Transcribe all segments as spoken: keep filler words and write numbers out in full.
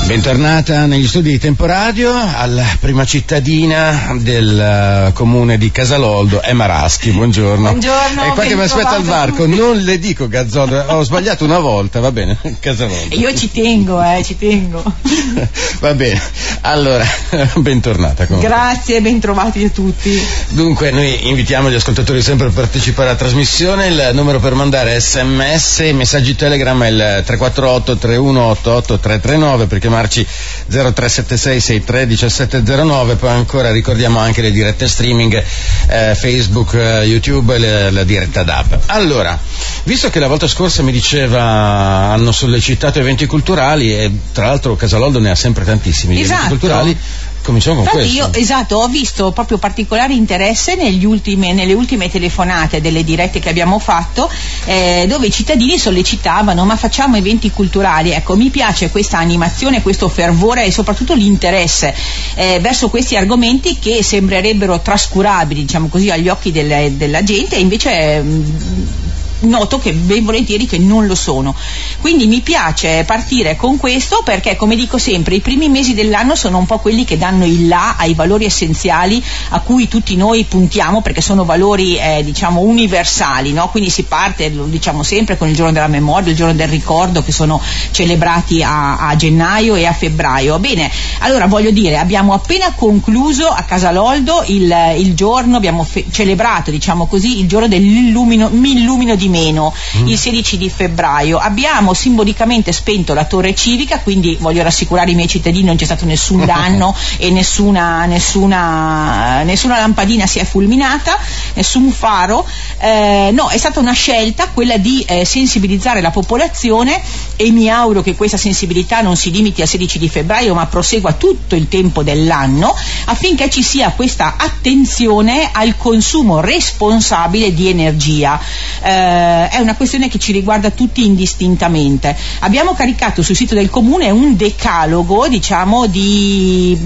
Bentornata negli studi di Temporadio, alla prima cittadina del uh, comune di Casaloldo, Emma Raschi, buongiorno. Buongiorno. E qua che mi aspetta al varco, non le dico Gazzoldo, ho sbagliato una volta, va bene, Casaloldo. Io ci tengo, eh, ci tengo. Va bene, allora, bentornata. Comunque. Grazie, ben trovati a tutti. Dunque, noi invitiamo gli ascoltatori sempre a partecipare alla trasmissione, il numero per mandare sms e messaggi Telegram è il tre quattro otto tre uno otto otto tre tre nove, per chiamarci zero tre sette sei sei tre uno sette zero nove, poi ancora ricordiamo anche le dirette streaming eh, Facebook, eh, YouTube e le, la diretta D A B. Allora, visto che la volta scorsa mi diceva hanno sollecitato eventi culturali e tra l'altro Casaloldo ne ha sempre tantissimi di esatto. eventi culturali, cominciamo con Infatti questo. Io, esatto, ho visto proprio particolare interesse negli ultime, nelle ultime telefonate delle dirette che abbiamo fatto, eh, dove i cittadini sollecitavano: ma facciamo eventi culturali. Ecco, mi piace questa animazione, questo fervore e soprattutto l'interesse eh, verso questi argomenti che sembrerebbero trascurabili, diciamo così, agli occhi del, della gente, e invece mh, noto che ben volentieri che non lo sono. Quindi mi piace partire con questo perché, come dico sempre, i primi mesi dell'anno sono un po' quelli che danno il là ai valori essenziali a cui tutti noi puntiamo, perché sono valori eh, diciamo universali, no? Quindi si parte, lo diciamo sempre, con il giorno della memoria, il giorno del ricordo, che sono celebrati a, a gennaio e a febbraio. Bene, allora voglio dire, abbiamo appena concluso a Casaloldo il, il giorno, abbiamo fe- celebrato, diciamo così, il giorno dell'illumino, mi illumino di meno, mm. il sedici di febbraio. Abbiamo simbolicamente spento la torre civica, quindi voglio rassicurare i miei cittadini, non c'è stato nessun danno e nessuna, nessuna, nessuna lampadina si è fulminata, nessun faro. Eh, no, è stata una scelta quella di eh, sensibilizzare la popolazione, e mi auguro che questa sensibilità non si limiti al sedici di febbraio ma prosegua tutto il tempo dell'anno, affinché ci sia questa attenzione al consumo responsabile di energia. Eh, è una questione che ci riguarda tutti indistintamente. Abbiamo caricato sul sito del comune un decalogo, diciamo, di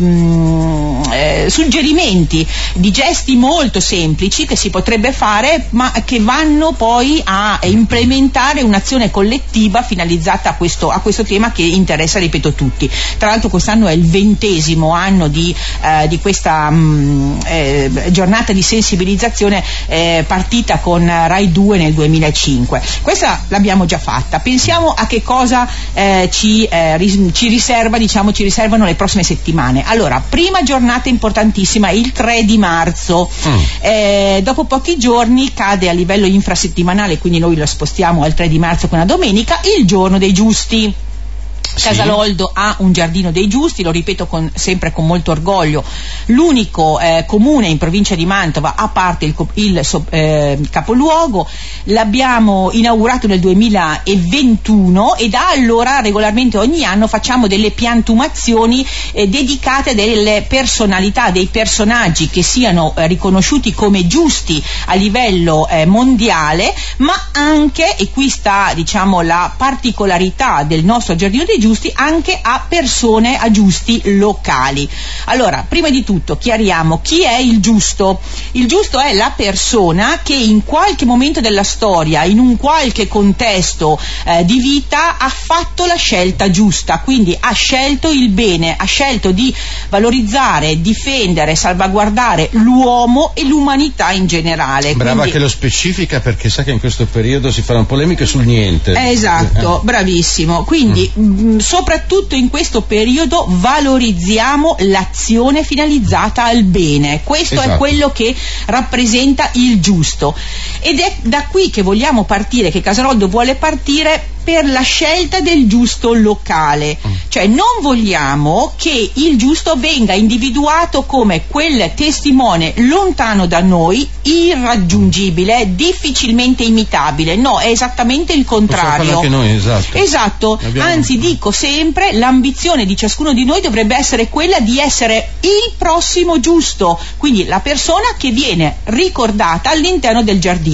mh, eh, suggerimenti, di gesti molto semplici che si potrebbe fare, ma che vanno poi a implementare un'azione collettiva finalizzata a questo, a questo tema che interessa, ripeto, tutti. Tra l'altro quest'anno è il ventesimo anno di, eh, di questa mh, eh, giornata di sensibilizzazione eh, partita con Rai due nel duemilacinque. Questa l'abbiamo già fatta. Pensiamo a che cosa eh, ci, eh, ris- ci riserva, diciamo, ci riservano le prossime settimane. Allora, prima giornata importantissima, il tre di marzo. Mm. Eh, dopo pochi giorni cade a livello infrasettimanale, quindi noi lo spostiamo al tre di marzo, con una domenica, il giorno dei giusti. Casaloldo sì. ha un giardino dei giusti, lo ripeto con, sempre con molto orgoglio, l'unico eh, comune in provincia di Mantova, a parte il, il eh, capoluogo. L'abbiamo inaugurato nel duemilaventuno e da allora regolarmente ogni anno facciamo delle piantumazioni eh, dedicate a delle personalità, dei personaggi che siano eh, riconosciuti come giusti a livello eh, mondiale, ma anche, e qui sta, diciamo, la particolarità del nostro giardino dei giusti, anche a persone, a giusti locali. Allora, prima di tutto chiariamo chi è il giusto. Il giusto è la persona che in qualche momento della storia, in un qualche contesto eh, di vita, ha fatto la scelta giusta, quindi ha scelto il bene, ha scelto di valorizzare, difendere, salvaguardare l'uomo e l'umanità in generale. Brava, quindi, che lo specifica, perché sa che in questo periodo si faranno polemiche sul niente. Esatto, eh. bravissimo. Quindi mm. soprattutto in questo periodo valorizziamo l'azione finalizzata al bene. Questo esatto. è quello che rappresenta il giusto, ed è da qui che vogliamo partire, che Casaloldo vuole partire per la scelta del giusto locale. Mm. Cioè non vogliamo che il giusto venga individuato come quel testimone lontano da noi, irraggiungibile, difficilmente imitabile. No, è esattamente il contrario. Anche noi, esatto. Esatto. Abbiamo... Anzi, dico sempre, l'ambizione di ciascuno di noi dovrebbe essere quella di essere il prossimo giusto, quindi la persona che viene ricordata all'interno del giardino.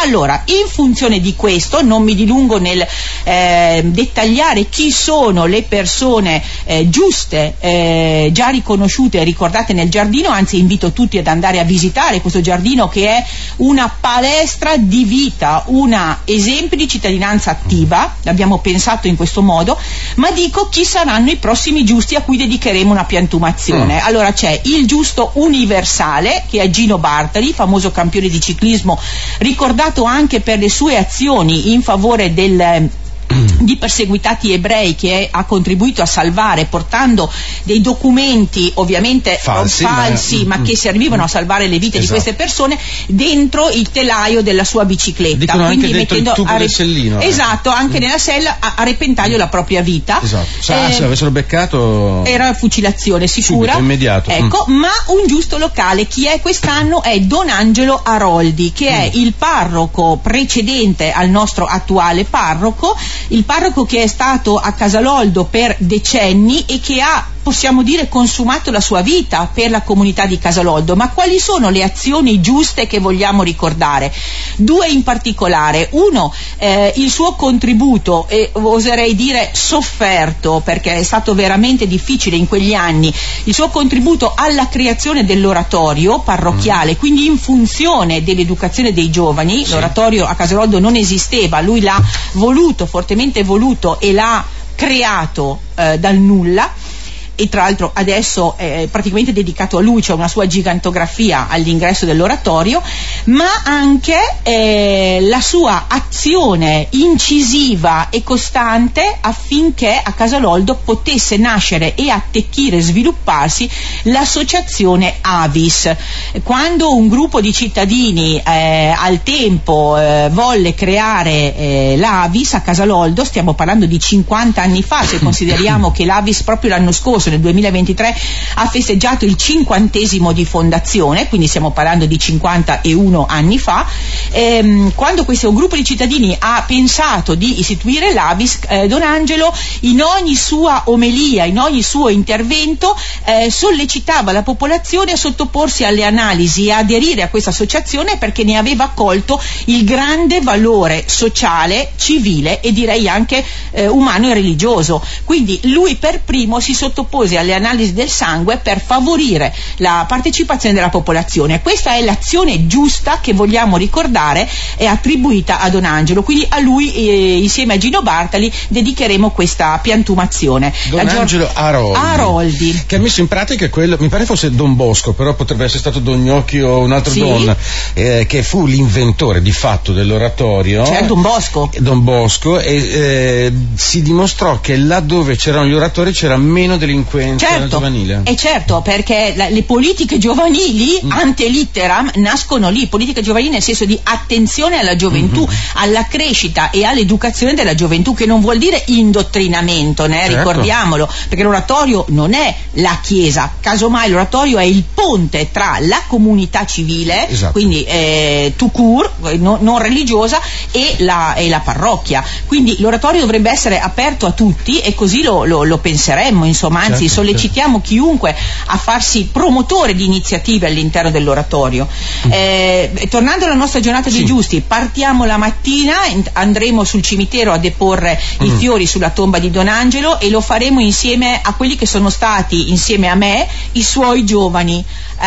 Allora, in funzione di questo, non mi dilungo nel eh, dettagliare chi sono le persone eh, giuste, eh, già riconosciute e ricordate nel giardino, anzi invito tutti ad andare a visitare questo giardino, che è una palestra di vita, una esempio di cittadinanza attiva, l'abbiamo pensato in questo modo, ma dico chi saranno i prossimi giusti a cui dedicheremo una piantumazione. Mm. Allora c'è il giusto universale, che è Gino Bartali, famoso campione di ciclismo, ricordato anche per le sue azioni in favore del di perseguitati ebrei, che ha contribuito a salvare portando dei documenti ovviamente falsi, falsi ma, ma che servivano a salvare le vite, esatto, di queste persone dentro il telaio della sua bicicletta. Dicono quindi anche dentro mettendo il tubo a re- del sellino, esatto, anche mm. nella sella a, a repentaglio la propria vita. Esatto. Sa, eh, se l'avessero beccato era fucilazione sicura, subito, immediato. Ecco, mm. ma un giusto locale chi è quest'anno è Don Angelo Aroldi, che mm. è il parroco precedente al nostro attuale parroco, il parroco che è stato a Casaloldo per decenni e che ha, possiamo dire, consumato la sua vita per la comunità di Casaloldo. Ma quali sono le azioni giuste che vogliamo ricordare? Due in particolare. Uno, eh, il suo contributo, e oserei dire sofferto, perché è stato veramente difficile in quegli anni, il suo contributo alla creazione dell'oratorio parrocchiale, quindi in funzione dell'educazione dei giovani. Sì. L'oratorio a Casaloldo non esisteva, lui l'ha voluto, fortemente voluto, e l'ha creato eh, dal nulla. E tra l'altro adesso è praticamente dedicato a lui, c'è una sua gigantografia all'ingresso dell'oratorio, ma anche eh, la sua azione incisiva e costante affinché a Casaloldo potesse nascere e attecchire e svilupparsi l'associazione Avis. Quando un gruppo di cittadini eh, al tempo eh, volle creare eh, l'Avis a Casaloldo, stiamo parlando di cinquanta anni fa, se consideriamo che l'Avis proprio l'anno scorso, nel duemilaventitré, ha festeggiato il cinquantesimo di fondazione, quindi stiamo parlando di cinquantuno anni fa. Ehm, quando questo gruppo di cittadini ha pensato di istituire l'Avis, eh, Don Angelo in ogni sua omelia, in ogni suo intervento eh, sollecitava la popolazione a sottoporsi alle analisi e aderire a questa associazione, perché ne aveva colto il grande valore sociale, civile e direi anche eh, umano e religioso. Quindi lui per primo si sottopose alle analisi del sangue per favorire la partecipazione della popolazione. Questa è l'azione giusta che vogliamo ricordare, è attribuita a Don Angelo, quindi a lui eh, insieme a Gino Bartali dedicheremo questa piantumazione. Don la Angelo Gior- Aroldi, Aroldi che ha messo in pratica quello, mi pare fosse Don Bosco, però potrebbe essere stato Don Gnocchi o un altro, sì, Don, eh, che fu l'inventore di fatto dell'oratorio. Cioè Don Bosco. Don Bosco e eh, si dimostrò che laddove c'erano gli oratori c'era meno delinquenza certo, giovanile. E certo, perché la, le politiche giovanili mm. ante litteram nascono lì, politiche giovanili nel senso di attenzione alla gioventù, mm-hmm. alla crescita e all'educazione della gioventù, che non vuol dire indottrinamento, né? Certo. Ricordiamolo, perché l'oratorio non è la chiesa, casomai l'oratorio è il ponte tra la comunità civile, esatto, quindi eh, tout court, no, non religiosa, e la, e la parrocchia. Quindi l'oratorio dovrebbe essere aperto a tutti, e così lo, lo, lo penseremmo, insomma, anzi certo, sollecitiamo certo. chiunque a farsi promotore di iniziative all'interno dell'oratorio. Mm. Eh, tornando alla nostra giornata sì. dei giusti, partiamo la mattina, andremo sul cimitero a deporre mm. i fiori sulla tomba di Don Angelo, e lo faremo insieme a quelli che sono stati, insieme a me, i suoi giovani.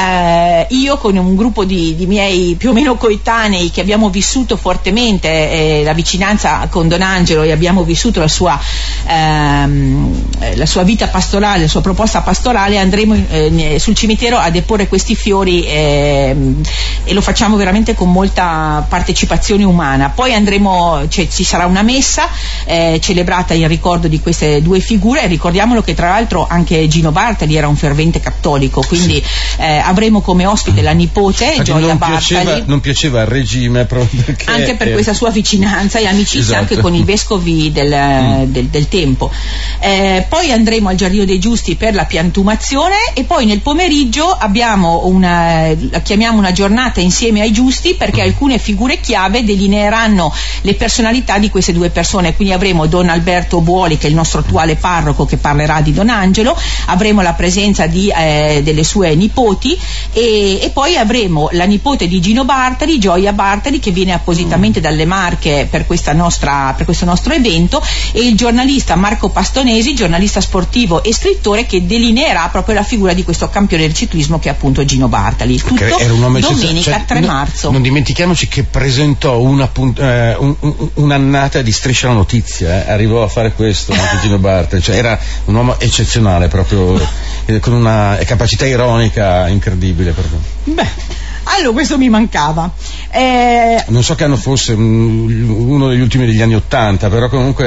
Eh, io con un gruppo di, di miei più o meno coetanei che abbiamo vissuto fortemente eh, la vicinanza con Don Angelo e abbiamo vissuto la sua, ehm, la sua vita pastorale, la sua proposta pastorale, andremo eh, sul cimitero a deporre questi fiori eh, e lo facciamo veramente con molta partecipazione umana. Poi andremo, cioè, ci sarà una messa eh, celebrata in ricordo di queste due figure, e ricordiamolo che tra l'altro anche Gino Bartali era un fervente cattolico, quindi sì. eh, avremo come ospite la nipote Infatti Gioia non Bartali, piaceva, non piaceva al regime perché anche per questa sua vicinanza e amicizia, esatto, anche con i vescovi del, mm. del, del tempo. Eh, poi andremo al Giardino dei giusti per la piantumazione, e poi nel pomeriggio abbiamo una, la chiamiamo una giornata insieme ai giusti, perché alcune figure chiave delineeranno le personalità di queste due persone. Quindi avremo Don Alberto Buoli, che è il nostro attuale parroco, che parlerà di Don Angelo, avremo la presenza di, eh, delle sue nipoti, e, e poi avremo la nipote di Gino Bartali, Gioia Bartali, che viene appositamente dalle Marche per, questa nostra, per questo nostro evento, e il giornalista Marco Pastonesi, giornalista sportivo e scrittore, che delineerà proprio la figura di questo campione del ciclismo, che è appunto Gino Bartali. Tutto era un nome domenica cioè, tre no, marzo. Non dimentichiamoci che presentò una, eh, un, un, un'annata di Striscia la Notizia, eh. arrivò a fare questo anche Gino Bartali, cioè era un uomo eccezionale, proprio eh, con una capacità ironica incredibile. Proprio. Beh, allora questo mi mancava. Eh... Non so che anno fosse, uno degli ultimi degli anni Ottanta, però comunque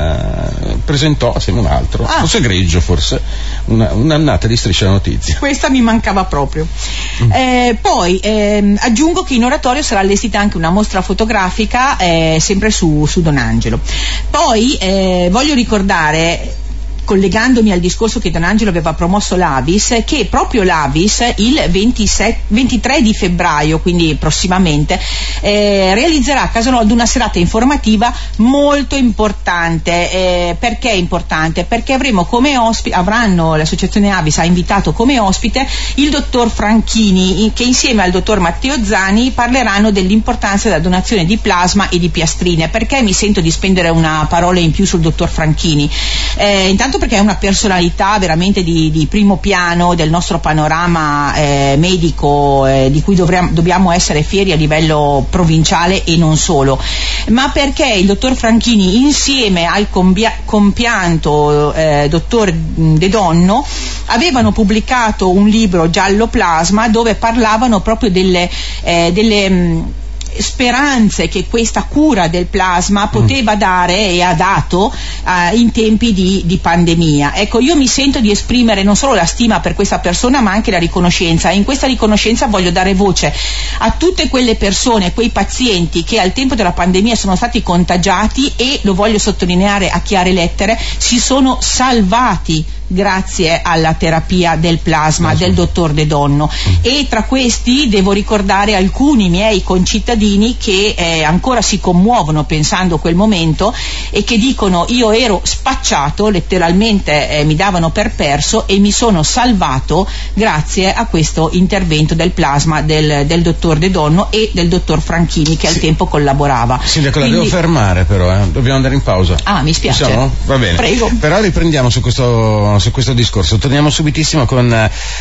eh, presentò assieme a un altro, ah. forse Greggio, forse una, un'annata di Striscia la Notizia. Questa mi mancava proprio. Mm. Eh, poi eh, aggiungo che in oratorio sarà allestita anche una mostra fotografica eh, sempre su, su Don Angelo. Poi eh, voglio ricordare, collegandomi al discorso che Don Angelo aveva promosso l'Avis, che proprio l'Avis il ventisette, ventitré di febbraio, quindi prossimamente, eh, realizzerà a Casaloldo una serata informativa molto importante. Eh, perché importante? Perché avremo come ospite, avranno, l'associazione Avis ha invitato come ospite il dottor Franchini, che insieme al dottor Matteo Zani parleranno dell'importanza della donazione di plasma e di piastrine. Perché mi sento di spendere una parola in più sul dottor Franchini? Eh, intanto perché è una personalità veramente di, di primo piano del nostro panorama eh, medico, eh, di cui dovremo, dobbiamo essere fieri a livello provinciale e non solo, ma perché il dottor Franchini, insieme al compia- compianto eh, dottor De Donno, avevano pubblicato un libro, Giallo Plasma, dove parlavano proprio delle, eh, delle mh, speranze che questa cura del plasma poteva dare e ha dato uh, in tempi di, di pandemia. Ecco, io mi sento di esprimere non solo la stima per questa persona, ma anche la riconoscenza, e in questa riconoscenza voglio dare voce a tutte quelle persone, quei pazienti che al tempo della pandemia sono stati contagiati e, lo voglio sottolineare a chiare lettere, si sono salvati grazie alla terapia del plasma del dottor De Donno. E tra questi devo ricordare alcuni miei concittadini che eh, ancora si commuovono pensando a quel momento e che dicono: io ero spacciato, letteralmente eh, mi davano per perso e mi sono salvato grazie a questo intervento del plasma del, del dottor De Donno e del dottor Franchini, che sì. al tempo collaborava. Sindaco, la devo fermare però, eh. dobbiamo andare in pausa. Ah, mi spiace. Possiamo? Va bene. Prego. Però riprendiamo su questo su questo discorso. Torniamo subitissimo con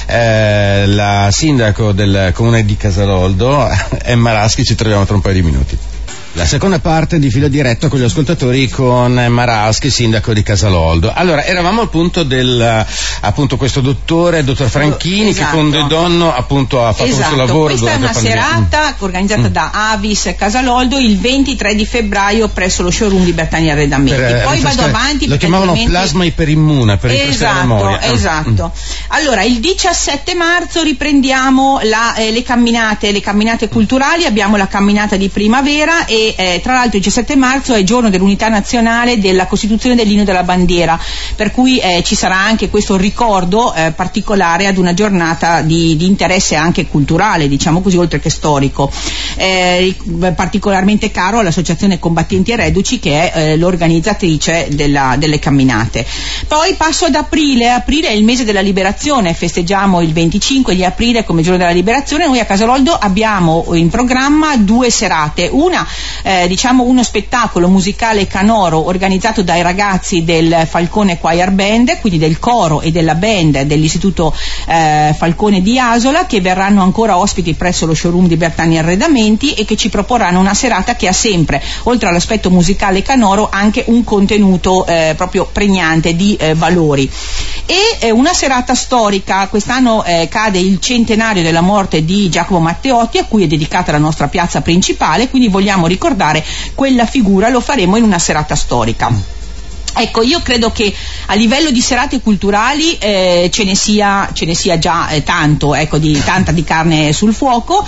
eh, la sindaco del comune di Casaloldo, Emma Raschi. Ci troviamo tra un paio di minuti. La seconda parte di Filo Diretto con gli ascoltatori, con Emma Raschi, sindaco di Casaloldo. Allora, eravamo al punto del appunto questo dottore, dottor Franchini, esatto. che con De Donno appunto ha fatto esatto. questo lavoro. Questa è una serata mm. organizzata mm. da Avis Casaloldo il ventitré di febbraio presso lo showroom di Bertani Arredamenti. Per, Poi vado avanti. Lo chiamavano plasma iperimmune per esatto, la memoria. Esatto. Mm. Allora, il diciassette marzo riprendiamo la, eh, le camminate, le camminate culturali. Abbiamo la camminata di primavera e Eh, tra l'altro il diciassette marzo è il giorno dell'unità nazionale della costituzione dell'inno della bandiera, per cui eh, ci sarà anche questo ricordo eh, particolare ad una giornata di, di interesse anche culturale, diciamo così, oltre che storico, eh, particolarmente caro all'Associazione Combattenti e Reduci, che è eh, l'organizzatrice della, delle camminate. Poi passo ad aprile. Aprile è il mese della liberazione, festeggiamo il venticinque di aprile come giorno della liberazione. Noi a Casaloldo abbiamo in programma due serate, una Eh, diciamo uno spettacolo musicale canoro organizzato dai ragazzi del Falcone Choir Band, quindi del coro e della band dell'Istituto eh, Falcone di Asola, che verranno ancora ospiti presso lo showroom di Bertani Arredamenti e che ci proporranno una serata che ha sempre, oltre all'aspetto musicale canoro, anche un contenuto eh, proprio pregnante di eh, valori. E eh, una serata storica. Quest'anno eh, cade il centenario della morte di Giacomo Matteotti, a cui è dedicata la nostra piazza principale, quindi vogliamo ricordare quella figura, lo faremo in una serata storica. Ecco, io credo che a livello di serate culturali eh, ce ne sia ce ne sia già eh, tanto, ecco, di tanta di carne sul fuoco,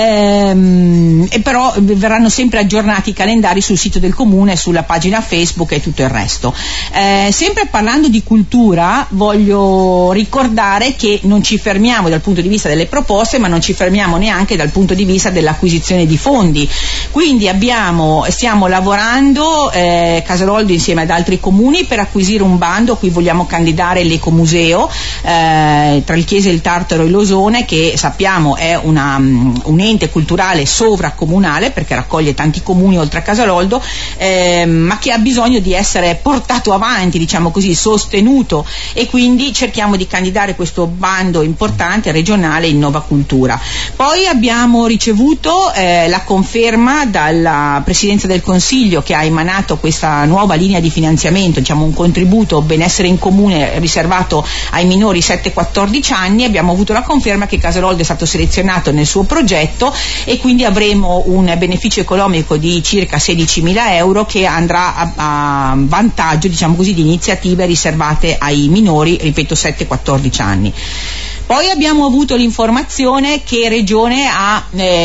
ehm, e però verranno sempre aggiornati i calendari sul sito del comune, sulla pagina Facebook e tutto il resto. Eh, sempre parlando di cultura, voglio ricordare che non ci fermiamo dal punto di vista delle proposte, ma non ci fermiamo neanche dal punto di vista dell'acquisizione di fondi. Quindi abbiamo stiamo lavorando eh, Casaloldo insieme ad altri comuni per acquisire un bando a cui vogliamo candidare l'Ecomuseo eh, tra il Chiese, il Tartaro e l'Osone, che sappiamo è una, um, un ente culturale sovracomunale perché raccoglie tanti comuni oltre a Casaloldo, eh, ma che ha bisogno di essere portato avanti, diciamo così, sostenuto, e quindi cerchiamo di candidare questo bando importante regionale Innova Cultura. Poi abbiamo ricevuto eh, la conferma dalla Presidenza del Consiglio, che ha emanato questa nuova linea di finanziamento, diciamo un contributo benessere in comune riservato ai minori sette quattordici anni. Abbiamo avuto la conferma che Casaloldo è stato selezionato nel suo progetto e quindi avremo un beneficio economico di circa sedicimila euro che andrà a, a vantaggio, diciamo così, di iniziative riservate ai minori, ripeto, sette quattordici anni. Poi abbiamo avuto l'informazione che Regione ha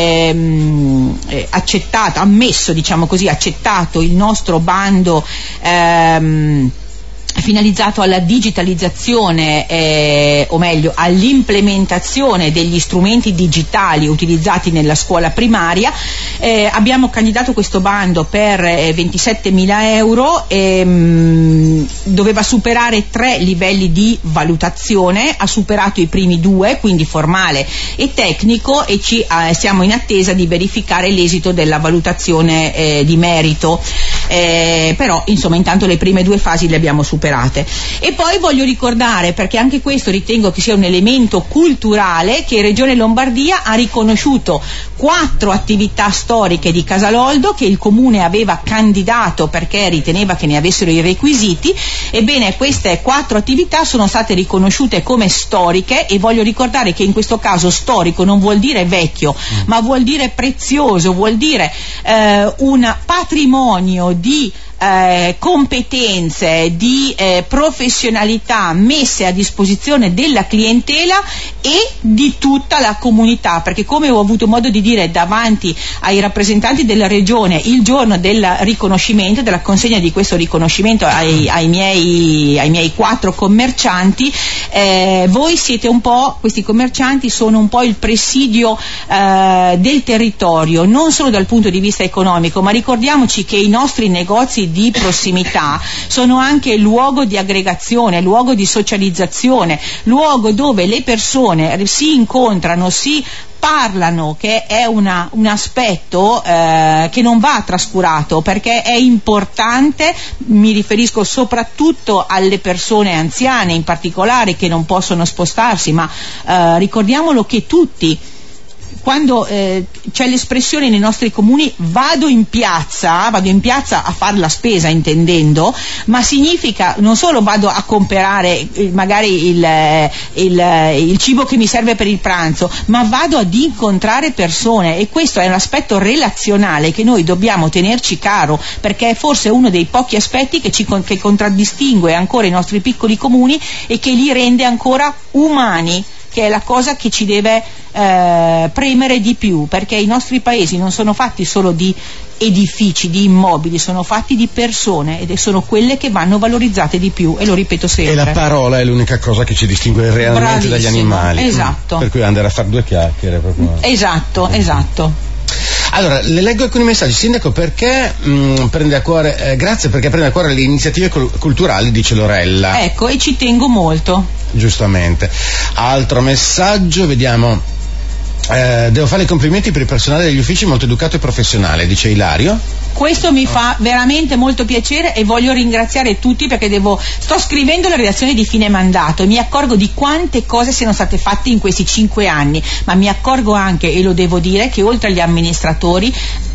ehm, accettato, ammesso, diciamo così, accettato il nostro bando ehm, finalizzato alla digitalizzazione, eh, o meglio all'implementazione degli strumenti digitali utilizzati nella scuola primaria. Eh, abbiamo candidato questo bando per eh, ventisettemila euro, e, mh, doveva superare tre livelli di valutazione, ha superato i primi due, quindi formale e tecnico, e ci eh, siamo in attesa di verificare l'esito della valutazione eh, di merito, eh, però insomma intanto le prime due fasi le abbiamo superate. E poi voglio ricordare, perché anche questo ritengo che sia un elemento culturale, che Regione Lombardia ha riconosciuto quattro attività storiche di Casaloldo che il comune aveva candidato perché riteneva che ne avessero i requisiti. Ebbene, queste quattro attività sono state riconosciute come storiche, e voglio ricordare che in questo caso storico non vuol dire vecchio, mm. ma vuol dire prezioso, vuol dire eh, un patrimonio di Eh, competenze, di eh, professionalità messe a disposizione della clientela e di tutta la comunità, perché come ho avuto modo di dire davanti ai rappresentanti della Regione il giorno del riconoscimento, della consegna di questo riconoscimento ai, ai, miei, ai miei quattro commercianti, eh, voi siete un po', questi commercianti sono un po' il presidio eh, del territorio, non solo dal punto di vista economico, ma ricordiamoci che i nostri negozi di prossimità sono anche luogo di aggregazione, luogo di socializzazione, luogo dove le persone si incontrano, si parlano, che è una, un aspetto eh, che non va trascurato, perché è importante. Mi riferisco soprattutto alle persone anziane in particolare, che non possono spostarsi, ma eh, ricordiamolo che tutti, quando eh, c'è l'espressione nei nostri comuni vado in piazza, vado in piazza a fare la spesa, intendendo, ma significa non solo vado a comprare eh, magari il, il, il cibo che mi serve per il pranzo, ma vado ad incontrare persone, e questo è un aspetto relazionale che noi dobbiamo tenerci caro, perché è forse uno dei pochi aspetti che, ci, che contraddistingue ancora i nostri piccoli comuni e che li rende ancora umani, che è la cosa che ci deve eh, premere di più, perché i nostri paesi non sono fatti solo di edifici, di immobili, sono fatti di persone, ed sono quelle che vanno valorizzate di più, e lo ripeto sempre. E la parola è l'unica cosa che ci distingue realmente Bravissimo, dagli animali. Esatto. Per cui andare a fare due chiacchiere proprio. Esatto, esatto. Allora, le leggo alcuni messaggi. Sindaco, perché mh, prende a cuore, eh, grazie perché prende a cuore le iniziative col- culturali, dice Lorella. Ecco, e ci tengo molto. Giustamente. Altro messaggio, vediamo. Eh, devo fare i complimenti per il personale degli uffici, molto educato e professionale, dice Ilario. Questo mi fa veramente molto piacere, e voglio ringraziare tutti, perché devo, sto scrivendo la relazione di fine mandato e mi accorgo di quante cose siano state fatte in questi cinque anni, ma mi accorgo anche, e lo devo dire, che oltre agli amministratori ho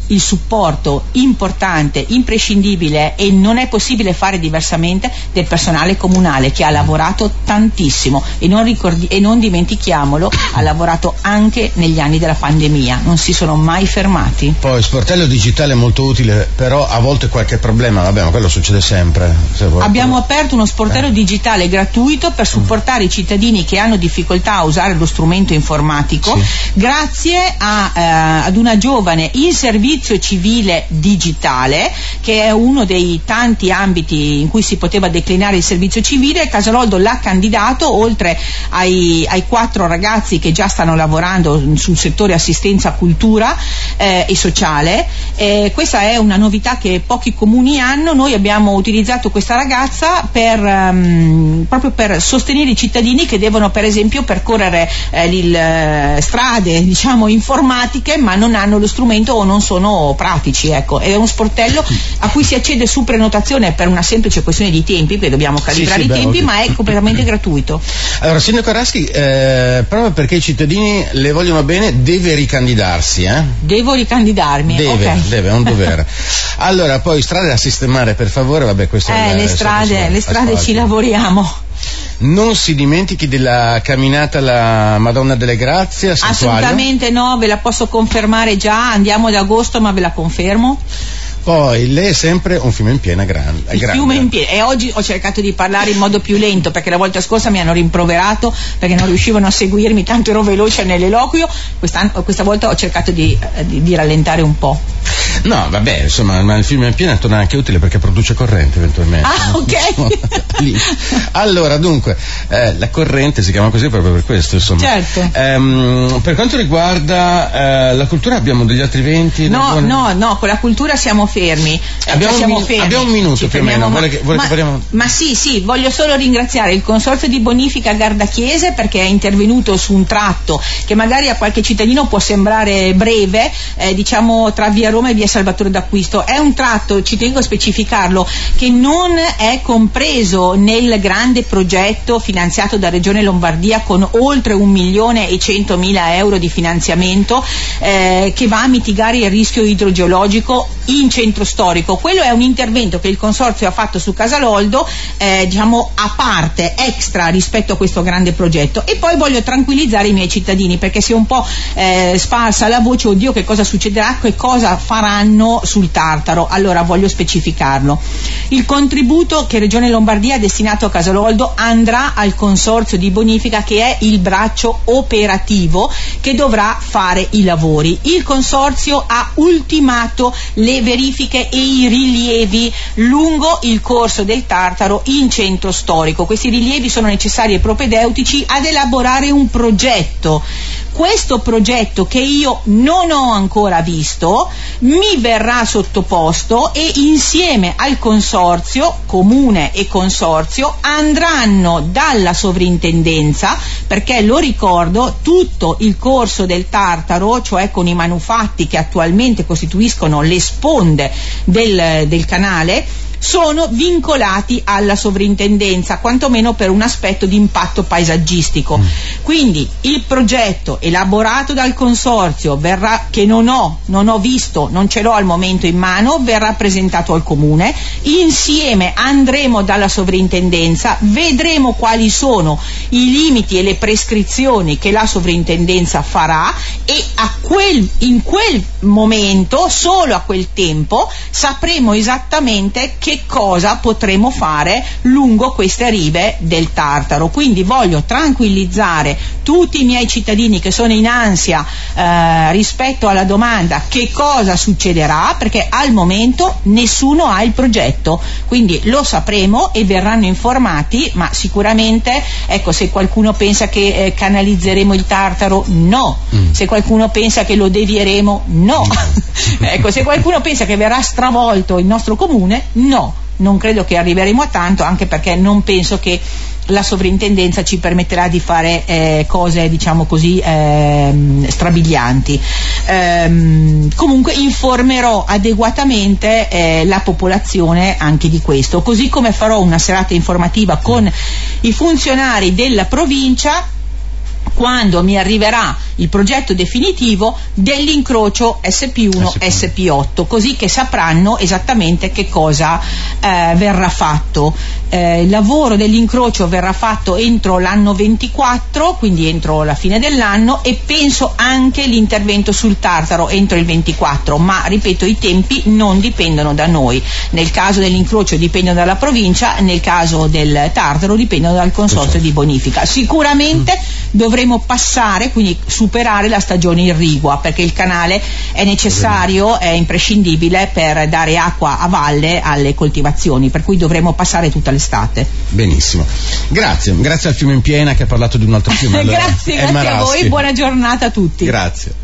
il supporto importante, imprescindibile, e non è possibile fare diversamente, del personale comunale, che ha lavorato tantissimo e non, ricordi- e non dimentichiamolo, ha lavorato anche negli anni della pandemia, non si sono mai fermati. Poi sportello digitale è molto utile, però a volte qualche problema, vabbè, ma quello succede sempre. Se vuoi. Abbiamo aperto uno sportello eh. digitale gratuito per supportare mm. i cittadini che hanno difficoltà a usare lo strumento informatico, sì. grazie a, eh, ad una giovane in servizio civile digitale, che è uno dei tanti ambiti in cui si poteva declinare il servizio civile. Casaloldo l'ha candidato, oltre ai, ai quattro ragazzi che già stanno lavorando sul settore assistenza, cultura eh, e sociale. Eh, questa è una novità che pochi comuni hanno. Noi abbiamo utilizzato questa ragazza per um, proprio per sostenere i cittadini che devono, per esempio, percorrere eh, il, eh, strade, diciamo, informatiche, ma non hanno lo strumento o non sono pratici, ecco. È uno sportello a cui si accede su prenotazione per una semplice questione di tempi, perché dobbiamo calibrare sì, sì, i beh, tempi, ovvio. Ma è completamente gratuito. Allora, Sindaco Raschi, eh, proprio perché i cittadini le vogliono bene, deve ricandidarsi, eh? Devo ricandidarmi, deve, okay. deve, è un dovere. Allora, poi strade da sistemare, per favore, vabbè, questo eh, è le strade, le strade ci lavoriamo. Non si dimentichi della camminata alla Madonna delle Grazie a Santuario. Assolutamente no, ve la posso confermare già, andiamo ad agosto, ma ve la confermo. Poi lei è sempre un fiume in piena grande. Il grande. fiume in piena, e oggi ho cercato di parlare in modo più lento, perché la volta scorsa mi hanno rimproverato perché non riuscivano a seguirmi, tanto ero veloce nell'eloquio. Questa volta ho cercato di, di, di rallentare un po'. No, vabbè, insomma, ma il fiume in piena torna anche utile perché produce corrente eventualmente. Ah, ok. Allora, dunque, eh, la corrente si chiama così proprio per questo, insomma. Certo. Ehm, per quanto riguarda eh, la cultura, abbiamo degli altri eventi? No, buone... no, no, con la cultura siamo fermi. Abbiamo, siamo un, fermi. abbiamo un minuto Ci più o meno. Ma, vuole che, vuole ma, che parliamo... ma sì, sì, voglio solo ringraziare il Consorzio di Bonifica Gardachiese, perché è intervenuto su un tratto che magari a qualche cittadino può sembrare breve, eh, diciamo tra via Roma e via Salvatore d'Acquisto. È un tratto, ci tengo a specificarlo, che non è compreso nel grande progetto finanziato da Regione Lombardia con oltre un milione e centomila euro di finanziamento, eh, che va a mitigare il rischio idrogeologico in centro storico. Quello è un intervento che il Consorzio ha fatto su Casaloldo, eh, diciamo a parte, extra rispetto a questo grande progetto. E poi voglio tranquillizzare i miei cittadini, perché si è un po' eh, sparsa la voce, oddio che cosa succederà, che cosa faranno sul Tartaro. Allora voglio specificarlo. Il contributo che Regione Lombardia ha destinato a Casaloldo andrà al Consorzio di Bonifica, che è il braccio operativo che dovrà fare i lavori. Il Consorzio ha ultimato le verifiche e i rilievi lungo il corso del Tartaro in centro storico. Questi rilievi sono necessari e propedeutici ad elaborare un progetto. Questo progetto, che io non ho ancora visto, mi verrà sottoposto e insieme al consorzio, comune e consorzio, andranno dalla sovrintendenza, perché lo ricordo, tutto il corso del Tartaro, cioè con i manufatti che attualmente costituiscono le sponde del, del canale, sono vincolati alla sovrintendenza, quantomeno per un aspetto di impatto paesaggistico. Mm. Quindi il progetto elaborato dal consorzio verrà, che non ho, non ho visto, non ce l'ho al momento in mano, verrà presentato al comune, insieme andremo dalla sovrintendenza, vedremo quali sono i limiti e le prescrizioni che la sovrintendenza farà, e a quel, in quel momento, solo a quel tempo, sapremo esattamente che cosa potremo fare lungo queste rive del Tartaro. Quindi voglio tranquillizzare tutti i miei cittadini che sono in ansia eh, rispetto alla domanda che cosa succederà, perché al momento nessuno ha il progetto, quindi lo sapremo e verranno informati, ma sicuramente, ecco, se qualcuno pensa che eh, canalizzeremo il Tartaro, no. Mm. Se qualcuno pensa che lo devieremo, no. Ecco, se qualcuno pensa che verrà stravolto il nostro comune, no. Non credo che arriveremo a tanto, anche perché non penso che la sovrintendenza ci permetterà di fare eh, cose, diciamo così, eh, strabilianti. Ehm, comunque informerò adeguatamente eh, la popolazione anche di questo, così come farò una serata informativa con i funzionari della provincia quando mi arriverà il progetto definitivo dell'incrocio S P uno S P otto, così che sapranno esattamente che cosa eh, verrà fatto. Eh, il lavoro dell'incrocio verrà fatto entro l'anno ventiquattro, quindi entro la fine dell'anno, e penso anche l'intervento sul Tartaro entro il ventiquattro, ma ripeto, i tempi non dipendono da noi. Nel caso dell'incrocio dipendono dalla provincia, nel caso del Tartaro dipendono dal consorzio di bonifica. Sicuramente dovremo passare, quindi superare la stagione irrigua, perché il canale è necessario, è imprescindibile per dare acqua a valle alle coltivazioni, per cui dovremo passare tutta l'estate. Benissimo, grazie, grazie al fiume in piena che ha parlato di un altro fiume. Grazie, grazie a voi, buona giornata a tutti. Grazie.